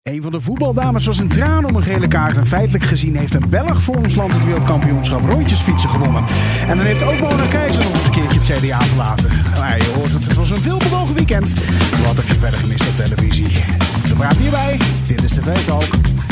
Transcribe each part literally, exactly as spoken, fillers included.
Een van de voetbaldames was in tranen om een gele kaart. En feitelijk gezien heeft een Belg voor ons land het wereldkampioenschap rondjesfietsen gewonnen. En dan heeft ook Mona Keizer nog een keertje het C D A verlaten. Maar je hoort het, het was een veelbewogen weekend. Wat heb je verder gemist op televisie? We praten hierbij. Dit is T V Talk.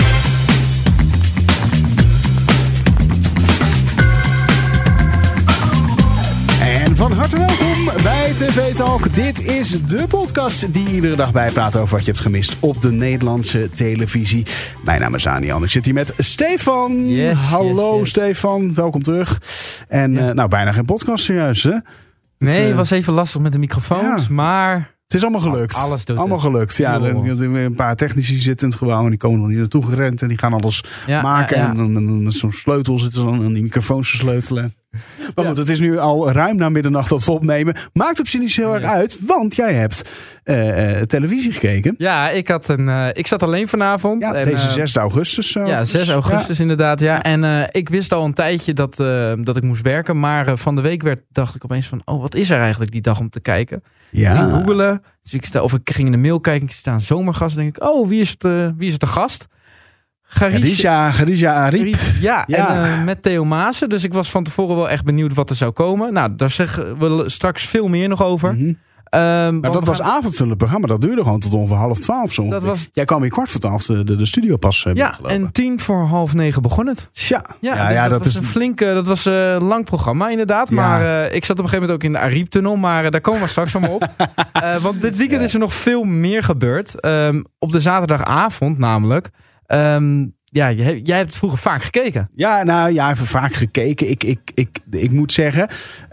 En van harte welkom bij T V Talk. Dit is de podcast die iedere dag bijpraat over wat je hebt gemist op de Nederlandse televisie. Mijn naam is Anian. Ik zit hier met Stefan. Yes, Hallo yes, yes. Stefan, welkom terug. En ja. uh, nou, bijna geen podcast serieus, hè? Nee, het uh, was even lastig met de microfoons, ja. maar... Het is allemaal gelukt. Alles doet allemaal het. gelukt. Ja, er zijn een paar technici zitten in het gebouw en die komen er hier naartoe gerend en die gaan alles ja, maken. Ja, ja. En dan, dan, dan zo'n sleutel zitten dan aan die microfoons te sleutelen. Maar goed, ja. Het is nu al ruim na middernacht dat we opnemen. Maakt op zich niet zo erg ja. uit, want jij hebt uh, uh, televisie gekeken. Ja, ik, had een, uh, ik zat alleen vanavond. Ja, en, deze uh, zesde augustus. Uh, ja, zes augustus ja. inderdaad. Ja. En uh, ik wist al een tijdje dat, uh, dat ik moest werken. Maar uh, van de week werd, dacht ik opeens van... Oh, wat is er eigenlijk die dag om te kijken? Ja. Ik ging googelen. Dus ik sta, of ik ging in de mail kijken. Ik sta aan zomergast. En denk ik, oh, wie is het, uh, wie is het de gast? Khadija, Khadija Ariep. Ja, ja. en uh, met Theo Maassen. Dus ik was van tevoren wel echt benieuwd wat er zou komen. Nou, daar zeggen we straks veel meer nog over. Mm-hmm. Um, maar dat was gaan... avondvullend programma. Dat duurde gewoon tot ongeveer half twaalf zo. Dat was... Jij kwam hier kwart voor twaalf de, de, de studio pas uh, Ja, en tien voor half negen begon het. Tja. Ja, ja, dus ja dat, dat was is een flinke, dat was een lang programma inderdaad. Ja. Maar uh, ik zat op een gegeven moment ook in de Ariep-tunnel. Maar uh, daar komen we straks allemaal op. uh, want dit weekend ja. is er nog veel meer gebeurd. Um, op de zaterdagavond namelijk. Um, Ja, jij, jij hebt vroeger vaak gekeken. Ja, nou ja, even vaak gekeken. Ik, ik, ik, ik moet zeggen,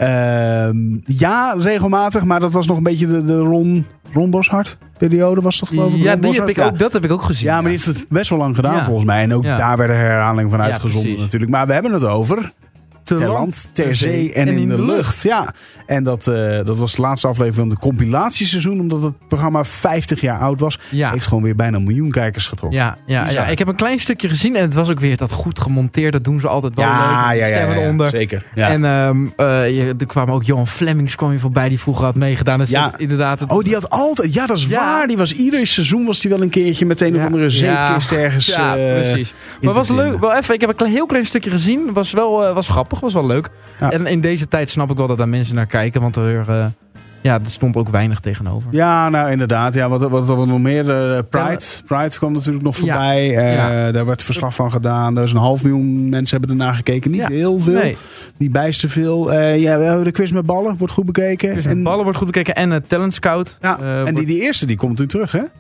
uh, ja, regelmatig. Maar dat was nog een beetje de, de Ron, Ron Boshart periode, was dat geloof ik? Ja, die heb ik ja. ook, dat heb ik ook gezien. Ja, maar die heeft het best wel lang gedaan ja. volgens mij. En ook ja. daar werden herhalingen van uitgezonden ja, natuurlijk. Maar we hebben het over... Ter, ter land, ter zee en, en in, in de, de lucht. lucht. Ja, en dat, uh, dat was de laatste aflevering van het compilatieseizoen. Omdat het programma vijftig jaar oud was. Ja. Heeft gewoon weer bijna een miljoen kijkers getrokken. Ja, ja, ja, ik heb een klein stukje gezien. En het was ook weer dat goed gemonteerd. Dat doen ze altijd wel ja, leuk. Ja, stemmen ja, ja, eronder. Zeker. Ja. En um, uh, je, er kwam ook Johan Flemings kwam je voorbij. Die vroeger had meegedaan. Dus ja. inderdaad, het... Oh, die had altijd... Ja, dat is ja. waar. Die was ieder seizoen was die wel een keertje met een ja. of andere zeekist ja. ergens. Ja, uh, precies. Maar was leuk. Wel even, ik heb een heel klein stukje gezien. Was wel uh, was grappig. Was wel leuk. Ja. En in deze tijd snap ik wel dat daar mensen naar kijken. Want er, uh, ja, er stond ook weinig tegenover. Ja, nou inderdaad. Ja, wat, wat, wat nog meer? Uh, Pride. Pride kwam natuurlijk nog voorbij. Ja. Uh, ja. Daar werd verslag van gedaan. Er is een half miljoen mensen hebben ernaar gekeken. Niet ja. heel veel. Nee. Niet bijster veel. Uh, ja, de quiz met ballen wordt goed bekeken. De quiz met en, ballen wordt goed bekeken. En uh, Talent Scout. Ja. Uh, en die, wordt... die eerste die komt nu terug, hè?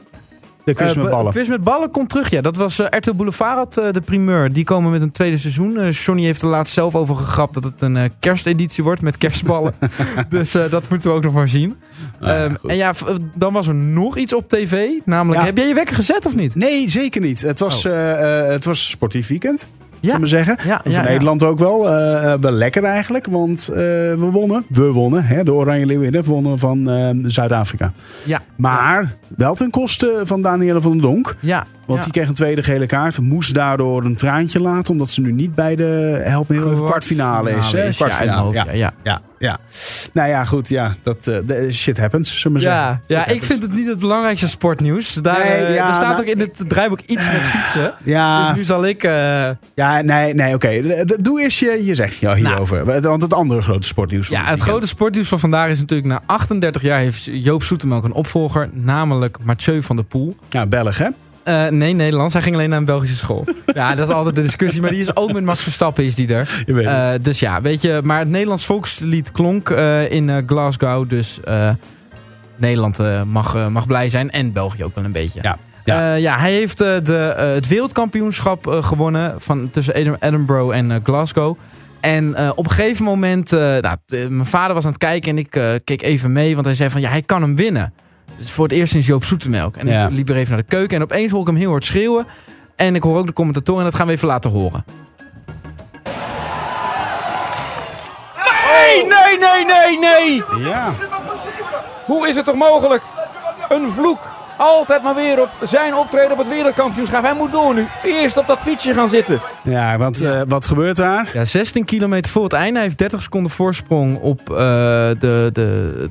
De quiz met ballen. De quiz met ballen komt terug, ja. Dat was uh, R T L Boulevard had uh, de primeur. Die komen met een tweede seizoen. Uh, Johnny heeft er laatst zelf over gegrapt dat het een uh, kersteditie wordt met kerstballen. dus uh, dat moeten we ook nog maar zien. Nou ja, um, en ja, dan was er nog iets op tv. Namelijk, ja. heb jij je wekker gezet of niet? Nee, zeker niet. Het was, oh. uh, uh, het was sportief weekend. Ja. Zullen we zeggen. Ja, Voor ja, Nederland ja. ook wel. Uh, wel lekker eigenlijk. Want uh, we wonnen. We wonnen. Hè, de Oranje Leeuwinnen wonnen van uh, Zuid-Afrika. Ja. Maar ja. wel ten koste van Danielle van den Donk. Ja. Want ja. die kreeg een tweede gele kaart. Moest daardoor een traantje laten. Omdat ze nu niet bij de help me heel even, kwartfinale is. Hè? Kwartfinale. Ja, ja, ja. ja, ja. Nou ja, goed. Ja, dat uh, shit happens. Zullen we ja, zeggen. ja ik vind het niet het belangrijkste sportnieuws. Daar, nee, uh, ja, er staat nou, ook in het draaiboek iets met fietsen. Ja. Dus nu zal ik... Uh... Ja, nee, nee, oké. Okay. Doe eerst je, je zeg ja, hierover. Nou. Want het andere grote sportnieuws. Ja, het grote sportnieuws van vandaag is natuurlijk... Na achtendertig jaar heeft Joop Zoetemelk een opvolger. Namelijk Mathieu van der Poel. Ja, Belg hè? Uh, nee, Nederlands. Hij ging alleen naar een Belgische school. Ja, dat is altijd de discussie. Maar die is ook met Max Verstappen is die er. Je weet uh, dus ja, weet je. Maar het Nederlands volkslied klonk uh, in uh, Glasgow. Dus uh, Nederland uh, mag, uh, mag blij zijn. En België ook wel een beetje. Ja. Ja. Uh, ja, hij heeft uh, de, uh, het wereldkampioenschap uh, gewonnen. Van, tussen Edinburgh en uh, Glasgow. En uh, op een gegeven moment... Uh, nou, uh, mijn vader was aan het kijken en ik uh, keek even mee. Want hij zei van, ja, hij kan hem winnen. Dus voor het eerst sinds Joop Zoetemelk. En ja. ik liep er even naar de keuken. En opeens hoor ik hem heel hard schreeuwen. En ik hoor ook de commentatoren. En dat gaan we even laten horen. Nee, nee, nee, nee, nee. Ja. Hoe is het toch mogelijk? Een vloek. Altijd maar weer op zijn optreden op het wereldkampioenschap. Hij moet door nu. Eerst op dat fietsje gaan zitten. Ja, want uh, wat gebeurt daar? Ja, zestien kilometer voor het einde. Hij heeft dertig seconden voorsprong op uh, de... de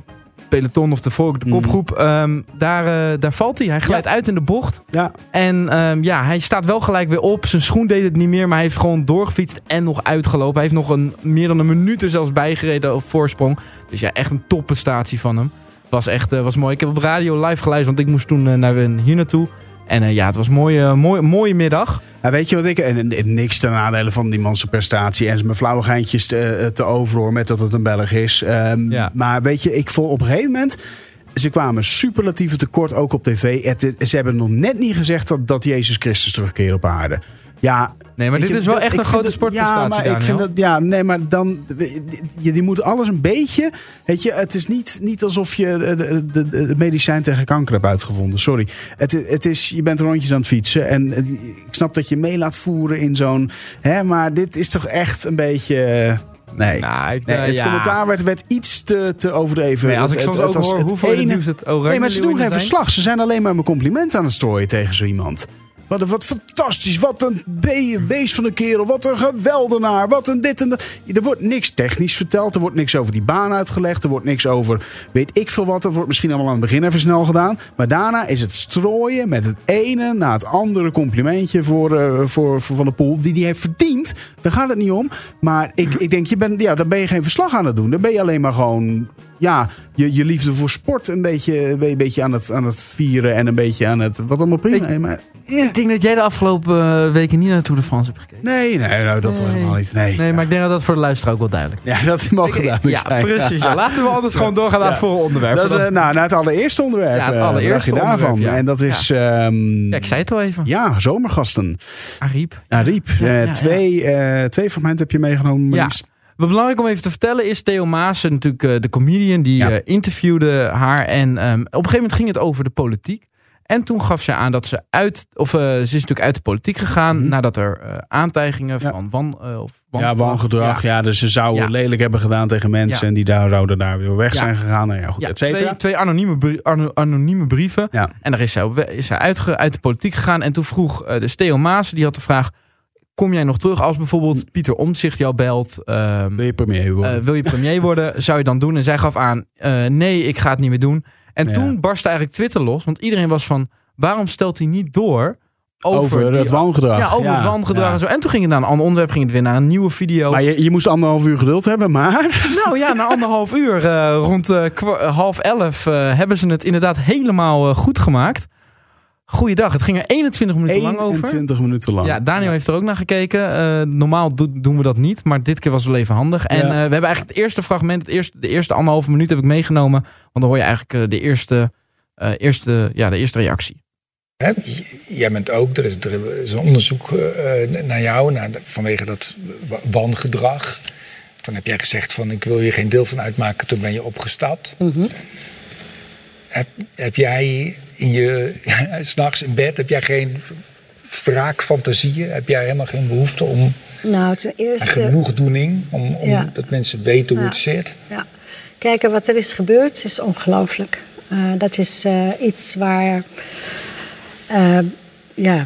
peloton of de volk, de kopgroep. Um, daar, uh, daar valt hij. Hij glijdt ja. uit in de bocht. Ja. En um, ja, hij staat wel gelijk weer op. Zijn schoen deed het niet meer, maar hij heeft gewoon doorgefietst en nog uitgelopen. Hij heeft nog een, meer dan een minuut er zelfs bijgereden op voorsprong. Dus ja, echt een topprestatie van hem. Was echt uh, was mooi. Ik heb op radio live geluisterd, want ik moest toen uh, naar, hier naartoe. En uh, ja, het was een mooie, mooie, mooie middag. Ja, weet je wat ik... En, en niks ten nadele van die manse prestatie. En zijn flauwe geintjes te, te overhoor met dat het een Belg is. Um, ja. Maar weet je, ik vond op een gegeven moment... Ze kwamen superlatieve tekort ook op tv. Het, ze hebben nog net niet gezegd dat, dat Jezus Christus terugkeert op aarde. Ja, nee, maar dit je, is wel dat, echt een grote sportprestatie. Ja, maar Daniel. ik vind dat, ja, nee, maar dan, je, die moet alles een beetje, weet je, het is niet, niet alsof je het medicijn tegen kanker hebt uitgevonden. Sorry. Het, het is, je bent rondjes aan het fietsen en ik snap dat je mee laat voeren in zo'n, hè, maar dit is toch echt een beetje. Nee, nou, ik, nee het ja. commentaar werd, werd iets te, te overdreven. Nee, als ik soms het, het ook hoor hoeveel ene... nieuws het oranje. Nee, maar ze doen geen verslag. Ze zijn alleen maar mijn compliment aan het strooien tegen zo iemand. Wat, wat fantastisch, wat een be- beest van een kerel, wat een geweldenaar, wat een dit en dat. Er wordt niks technisch verteld, er wordt niks over die baan uitgelegd, er wordt niks over weet ik veel wat. Er wordt misschien allemaal aan het begin even snel gedaan. Maar daarna is het strooien met het ene na het andere complimentje voor, uh, voor, voor Van der Poel, die die heeft verdiend. Daar gaat het niet om. Maar ik, ik denk, je bent, ja, dan ben je geen verslag aan het doen. Dan ben je alleen maar gewoon... Ja, je, je liefde voor sport een beetje, een beetje aan, het, aan het vieren en een beetje aan het... Wat allemaal prima. Ik, maar, yeah. ik denk dat jij de afgelopen weken niet naar de Tour de France hebt gekeken. Nee, nee, nou, dat nee. helemaal niet. Nee, nee ja. maar ik denk dat dat voor de luisteraar ook wel duidelijk is. Ja, dat mag duidelijk ja, zijn. Precies, ja. Laten we anders gewoon doorgaan naar het volgende onderwerp. Dat is, uh, nou, naar het allereerste onderwerp. Ja, het allereerste uh, onderwerp, daarvan. Ja. En dat is... Ja. Um, ja, ik zei het al even. Ja, zomergasten. Ariep. Ariep. Ja, uh, ja, twee, uh, twee fragmenten heb je meegenomen. Ja. Wat belangrijk om even te vertellen is... Theo Maassen, natuurlijk uh, de comedian, die ja. uh, interviewde haar. En um, op een gegeven moment ging het over de politiek. En toen gaf ze aan dat ze uit... Of uh, ze is natuurlijk uit de politiek gegaan... Mm-hmm. nadat er uh, aantijgingen ja. van wan, uh, of ja, wangedrag. Ja. ja, dus ze zouden ja. lelijk hebben gedaan tegen mensen... Ja. en die daar, zouden daar weer weg ja. zijn gegaan. Nou ja, goed, ja, et cetera. Twee, twee anonieme, brie- anonieme brieven. Ja. En daar is zij, is zij uit, uit de politiek gegaan. En toen vroeg uh, dus Theo Maassen, die had de vraag... Kom jij nog terug als bijvoorbeeld Pieter Omtzigt jou belt? Uh, wil je premier worden? Uh, wil je premier worden? Zou je dan doen? En zij gaf aan, uh, nee, ik ga het niet meer doen. En ja. toen barstte eigenlijk Twitter los. Want iedereen was van, waarom stelt hij niet door... Over, over die, het wangedrag. Ja, over ja, het wangedrag ja. en zo. En toen ging het naar een ander onderwerp, ging het weer naar een nieuwe video. Maar je, je moest anderhalf uur geduld hebben, maar... Nou ja, na anderhalf uur, uh, rond uh, kwa- half elf, uh, hebben ze het inderdaad helemaal uh, goed gemaakt. Goeiedag, het ging er eenentwintig minuten lang over. eenentwintig minuten lang. Ja, Daniel ja. heeft er ook naar gekeken. Uh, normaal do- doen we dat niet, maar dit keer was wel even handig. En ja. uh, we hebben eigenlijk het eerste fragment, het eerste, de eerste anderhalve minuut heb ik meegenomen. Want dan hoor je eigenlijk uh, de, eerste, uh, eerste, ja, de eerste reactie. Hè, jij bent ook, er is, er is een onderzoek uh, naar jou, naar, vanwege dat wangedrag. Toen heb jij gezegd van, ik wil hier geen deel van uitmaken, toen ben je opgestapt. Mm-hmm. Heb, heb jij in je, s'nachts in bed, heb jij geen wraakfantasieën? Heb jij helemaal geen behoefte om nou, ten eerste, genoegdoening? Om, om ja. dat mensen weten hoe ja. het zit? Ja. Kijk, wat er is gebeurd is ongelooflijk. Uh, dat is uh, iets waar... Uh, ja...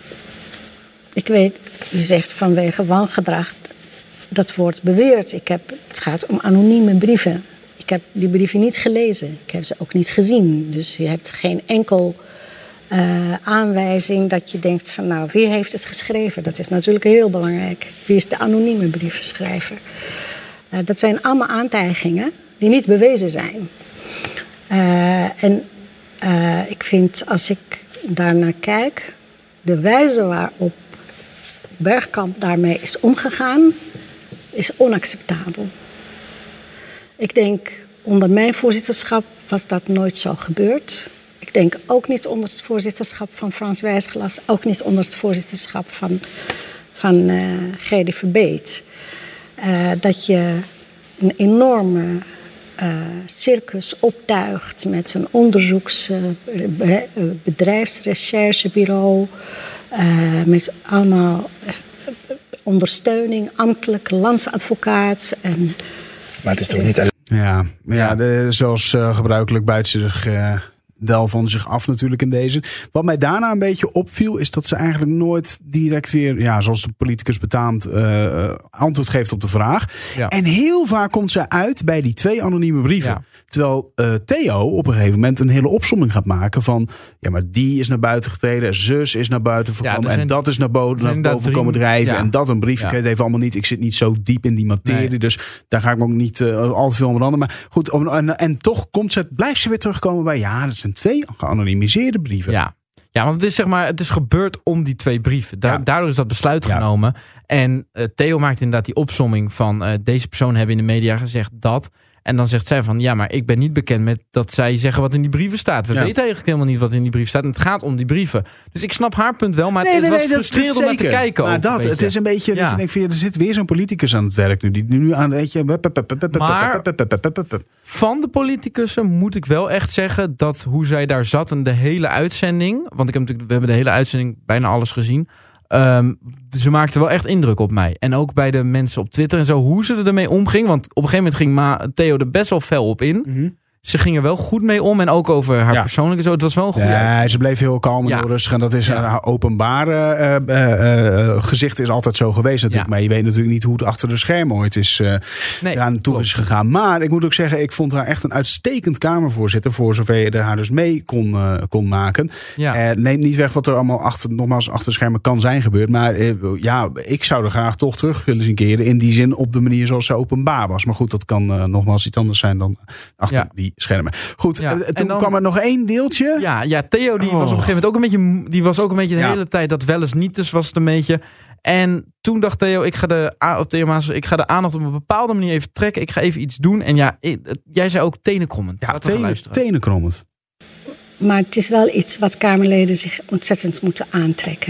Ik weet, u zegt vanwege wangedrag... Dat wordt beweerd. Ik heb, het gaat om anonieme brieven. Ik heb die brieven niet gelezen. Ik heb ze ook niet gezien. Dus je hebt geen enkel uh, aanwijzing dat je denkt van... nou, wie heeft het geschreven? Dat is natuurlijk heel belangrijk. Wie is de anonieme brievenschrijver? Uh, dat zijn allemaal aantijgingen die niet bewezen zijn. Uh, en uh, ik vind, als ik daarnaar kijk... de wijze waarop Bergkamp daarmee is omgegaan... is onacceptabel. Ik denk, onder mijn voorzitterschap was dat nooit zo gebeurd. Ik denk ook niet onder het voorzitterschap van Frans Wijsglas... ook niet onder het voorzitterschap van, van uh, Gerdy Verbeet. Uh, dat je een enorme uh, circus optuigt... met een onderzoeksbedrijfsrecherchebureau... Uh, met allemaal... Uh, ondersteuning, ambtelijk, landsadvocaat. En, maar het is toch niet alleen... Ja, ja de, zoals uh, gebruikelijk buiten zich uh, del van zich af natuurlijk in deze. Wat mij daarna een beetje opviel... is dat ze eigenlijk nooit direct weer... ja, zoals de politicus betaamt... Uh, antwoord geeft op de vraag. Ja. En heel vaak komt ze uit bij die twee anonieme brieven. Ja. Terwijl uh, Theo op een gegeven moment een hele opsomming gaat maken van... ja, maar die is naar buiten getreden, zus is naar buiten gekomen... Ja, zijn, en dat is naar, bo- naar boven drie, komen drijven ja. en dat een brief. Ja. Ik weet het even allemaal niet. Ik zit niet zo diep in die materie, nee. dus daar ga ik me ook niet uh, al te veel om branden. Maar goed, om, en, en toch komt ze, blijft ze weer terugkomen bij... ja, dat zijn twee geanonimiseerde brieven. Ja. Ja, want het is zeg maar, het is gebeurd om die twee brieven. Da- ja. Daardoor is dat besluit ja. genomen. En uh, Theo maakt inderdaad die opsomming van uh, deze persoon hebben in de media gezegd dat. En dan zegt zij van ja, maar ik ben niet bekend met dat zij zeggen wat in die brieven staat. We ja. weten eigenlijk helemaal niet wat in die brief staat. En het gaat om die brieven. Dus ik snap haar punt wel, maar nee, het nee, was nee, frustrerend om naar te kijken. Maar ook, dat, het is een beetje, ja. dat je denkt, er zit weer zo'n politicus aan het werk nu. Die nu aan, weet je... Maar van de politicussen moet ik wel echt zeggen dat hoe zij daar zat en de hele uitzending, want ik heb natuurlijk, we hebben de hele uitzending bijna alles gezien. Um, ze maakte wel echt indruk op mij. En ook bij de mensen op Twitter en zo, hoe ze ermee omging. Want op een gegeven moment ging Ma- Theo er best wel fel op in. Mm-hmm. Ze ging er wel goed mee om. En ook over haar ja. persoonlijke zo. Het was wel een goede Ja, uit. Ze bleef heel kalm en ja. rustig. En dat is ja. haar openbare uh, uh, uh, gezicht is altijd zo geweest natuurlijk. Ja. Maar je weet natuurlijk niet hoe het achter de schermen ooit is uh, nee, aan toe is gegaan. Maar ik moet ook zeggen, ik vond haar echt een uitstekend Kamervoorzitter. Voor zover je er haar dus mee kon, uh, kon maken. Ja. Uh, neemt niet weg wat er allemaal achter, nogmaals achter de schermen kan zijn gebeurd. Maar uh, ja, ik zou er graag toch terug willen zien keren. In die zin op de manier zoals ze openbaar was. Maar goed, dat kan uh, nogmaals iets anders zijn dan achter ja. die schermen. Goed, ja, toen dan, kwam er nog één deeltje. Ja, ja Theo die oh. was op een gegeven moment ook een beetje... Die was ook een beetje de ja. hele tijd dat wel eens niet. Dus was het een beetje... En toen dacht Theo, ik ga de, Theo Maas, ik ga de aandacht op een bepaalde manier even trekken. Ik ga even iets doen. En ja, jij zei ook tenenkrommend. Ja, tenen, tenenkrommend. Maar het is wel iets wat Kamerleden zich ontzettend moeten aantrekken.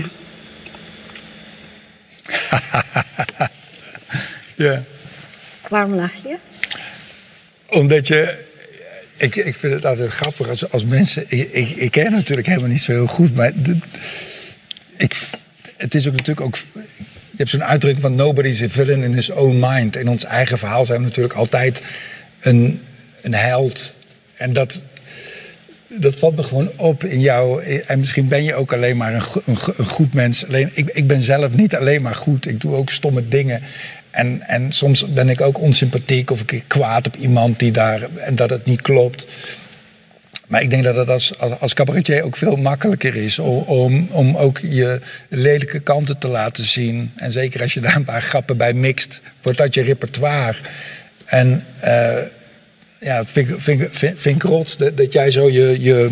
Ja. Waarom lach je? Omdat je... Ik, ik vind het altijd grappig als, als mensen... Ik, ik, ik ken natuurlijk helemaal niet zo heel goed, maar... De, ik, het is ook natuurlijk ook... Je hebt zo'n uitdrukking van nobody's a villain in his own mind. In ons eigen verhaal zijn we natuurlijk altijd een, een held. En dat, dat valt me gewoon op in jou. En misschien ben je ook alleen maar een, een, een goed mens. Alleen, ik, ik ben zelf niet alleen maar goed. Ik doe ook stomme dingen. En, en soms ben ik ook onsympathiek of ik kwaad op iemand die daar... en dat het niet klopt. Maar ik denk dat het als, als, als cabaretier ook veel makkelijker is... Om, om, om ook je lelijke kanten te laten zien. En zeker als je daar een paar grappen bij mixt... wordt dat je repertoire. En uh, ja, vind, vind, vind, vind ik rot dat, dat jij zo je... je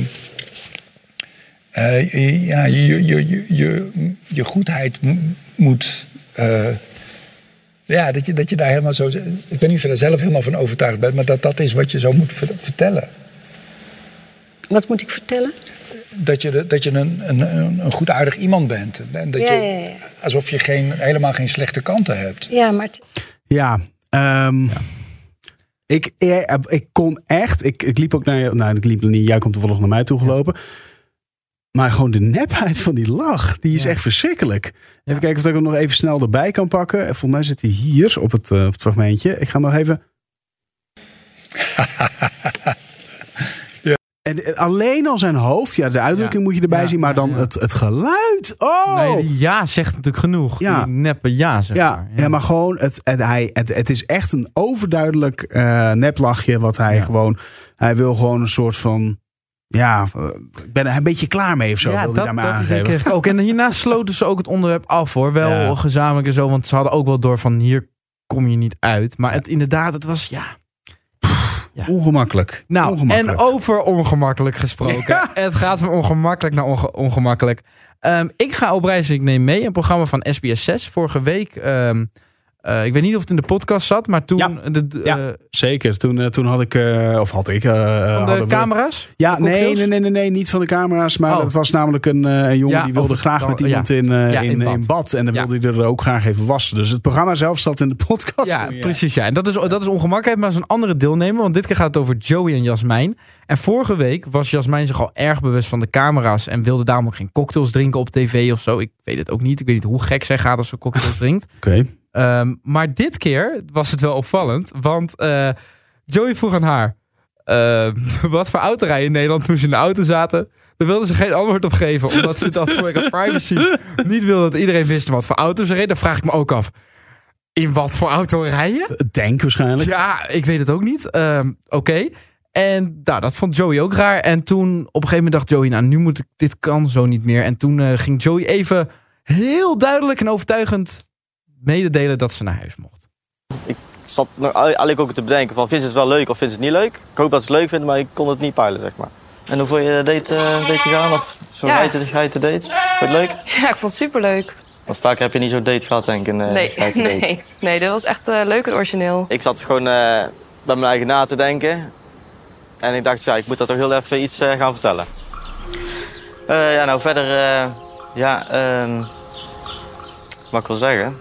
uh, je, ja, je, je, je, je, je goedheid moet... Uh, Ja, dat je, dat je daar helemaal zo... Ik weet niet of je daar zelf helemaal van overtuigd bent... maar dat dat is wat je zo moet vertellen. Wat moet ik vertellen? Dat je, dat je een, een, een goedaardig iemand bent. En dat ja, je, ja, ja. Alsof je geen, helemaal geen slechte kanten hebt. Ja, maar... T- ja, um, ja. Ik, ik, ik kon echt... Ik, ik liep ook naar je... Nou, ik liep niet. Jij komt toevallig naar mij toe gelopen. Ja. Maar gewoon de nepheid van die lach, die is ja. echt verschrikkelijk. Even ja. kijken of ik hem nog even snel erbij kan pakken. Volgens mij zit hij hier op het, uh, op het fragmentje. Ik ga nog even... ja. En alleen al zijn hoofd, ja, de uitdrukking ja. moet je erbij ja. zien, maar dan ja, ja. Het, het geluid. Oh! Nee, die ja zegt natuurlijk genoeg. Ja. Die neppe ja, zeg ja. maar. Ja. ja, maar gewoon, het, het, hij, het, het is echt een overduidelijk uh, neplachje wat hij ja. gewoon... Hij wil gewoon een soort van... Ja, ik ben er een beetje klaar mee of zo. Ja, wil dat, daarmee dat aangeven. denk ik ook. En hierna sloten ze ook het onderwerp af hoor. Wel ja. gezamenlijk en zo. Want ze hadden ook wel door van hier kom je niet uit. Maar het, inderdaad, het was ja... ja. Ongemakkelijk. Nou, ongemakkelijk. En over ongemakkelijk gesproken. Ja. Het gaat van ongemakkelijk naar onge- ongemakkelijk. Um, ik ga op reis, ik neem mee een programma van S B S zes. Vorige week... Um, Uh, ik weet niet of het in de podcast zat, maar toen... Ja, de, de, ja uh, zeker. Toen, uh, toen had ik... Uh, of had ik... Uh, van de camera's? We, ja, nee, nee, nee, nee, nee, niet van de camera's. Maar oh. dat was namelijk een, uh, een jongen ja, die wilde graag dan, met iemand ja. in, uh, ja, in, in, bad. in bad. En dan ja. wilde hij er ook graag even wassen. Dus het programma zelf zat in de podcast. Ja, ja. precies. Ja. En dat is, dat is ongemakkelijk, maar dat is een andere deelnemer. Want dit keer gaat het over Joey en Jasmijn. En vorige week was Jasmijn zich al erg bewust van de camera's. En wilde daarom ook geen cocktails drinken op tv of zo. Ik weet het ook niet. Ik weet niet hoe gek zij gaat als ze cocktails drinkt. Oké. Okay. Um, maar dit keer was het wel opvallend. Want uh, Joey vroeg aan haar... Uh, wat voor auto rijden in Nederland toen ze in de auto zaten? Daar wilden ze geen antwoord op geven. Omdat ze dat voor privacy niet wilden dat iedereen wist wat voor auto ze reden. Dan vraag ik me ook af. In wat voor auto rijden? Denk waarschijnlijk. Ja, ik weet het ook niet. Um, Oké. Okay. En nou, dat vond Joey ook raar. En toen op een gegeven moment dacht Joey, nou nu moet ik, dit kan zo niet meer. En toen uh, ging Joey even heel duidelijk en overtuigend mededelen dat ze naar huis mocht. Ik zat nog eigenlijk ook te bedenken van, vindt ze het wel leuk of vindt ze het niet leuk? Ik hoop dat ze het leuk vinden, maar ik kon het niet peilen, zeg maar. En hoe vond je de date uh, een beetje gaan? Of zo Ja. rijdt ga je te date? Vond je het leuk? Ja, ik vond het superleuk. Want vaker heb je niet zo'n date gehad, denk ik. Een, uh, Nee, geite date. nee, nee, dit was echt uh, leuk en origineel. Ik zat gewoon uh, bij mijn eigen na te denken. En ik dacht, ja, ik moet dat toch heel even iets uh, gaan vertellen. Uh, ja, nou verder, uh, ja, um, wat ik wil zeggen.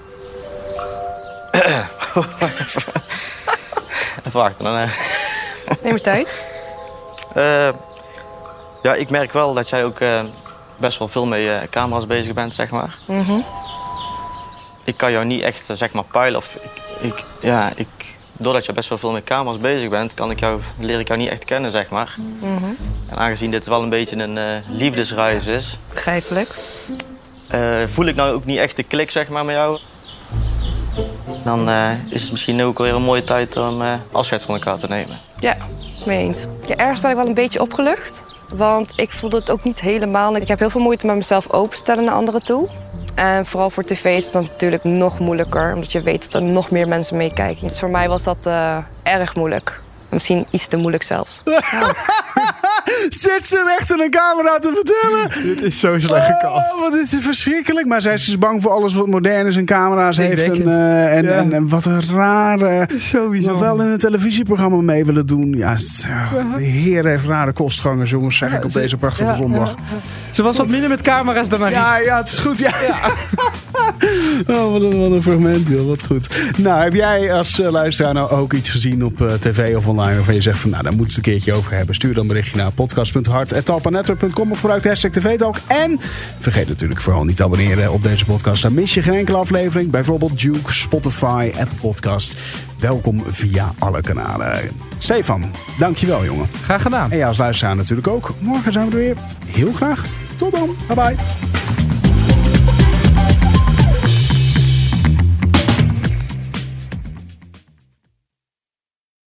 Even wachten dan. Uh. Neem maar tijd. Uh, ja, ik merk wel dat jij ook uh, best wel veel met uh, camera's bezig bent, zeg maar. Mm-hmm. Ik kan jou niet echt, uh, zeg maar, peilen. Of ik, ik, ja, ik, doordat je best wel veel met camera's bezig bent, kan ik jou, leer ik jou niet echt kennen, zeg maar. Mm-hmm. En aangezien dit wel een beetje een uh, liefdesreis is, Begrijpelijk. uh, voel ik nou ook niet echt de klik, zeg maar, met jou. Dan uh, is het misschien ook alweer een mooie tijd om uh, afscheid van elkaar te nemen. Ja, mee eens. Ja, ergens ben ik wel een beetje opgelucht. Want ik voelde het ook niet helemaal. Ik heb heel veel moeite met mezelf openstellen naar anderen toe. En vooral voor tv is het dan natuurlijk nog moeilijker. Omdat je weet dat er nog meer mensen meekijken. Dus voor mij was dat uh, erg moeilijk. Misschien iets te moeilijk zelfs. Ja. Zit ze echt in een camera te vertellen? Dit is zo slecht gecast. Oh, wat is het verschrikkelijk. Maar zij is dus bang voor alles wat modern is en camera's Ik heeft. denk En, het. uh, en, Ja. en, en wat een rare... Sowieso. Maar wel in een televisieprogramma mee willen doen. Ja, het- oh, de heer heeft rare kostgangers, jongens, zeg ik op deze prachtige Ja, zondag. ja. Ze was wat minder met camera's dan Marie. Ja, ja, het is goed. Ja. Oh, wat een, wat een fragment, joh. Wat goed. Nou, heb jij als uh, luisteraar nou ook iets gezien op uh, tv of online waarvan je zegt van, nou, daar moeten ze het een keertje over hebben? Stuur dan een berichtje naar podcast punt hart apenstaartje talpanetwerk punt com of gebruik de hashtag tvtalk. En vergeet natuurlijk vooral niet te abonneren op deze podcast. Dan mis je geen enkele aflevering. Bijvoorbeeld Duke, Spotify, Apple Podcast. Welkom via alle kanalen. Stefan, dankjewel, jongen. Graag gedaan. En jij als luisteraar natuurlijk ook. Morgen zijn we er weer. Heel graag. Tot dan. Bye bye.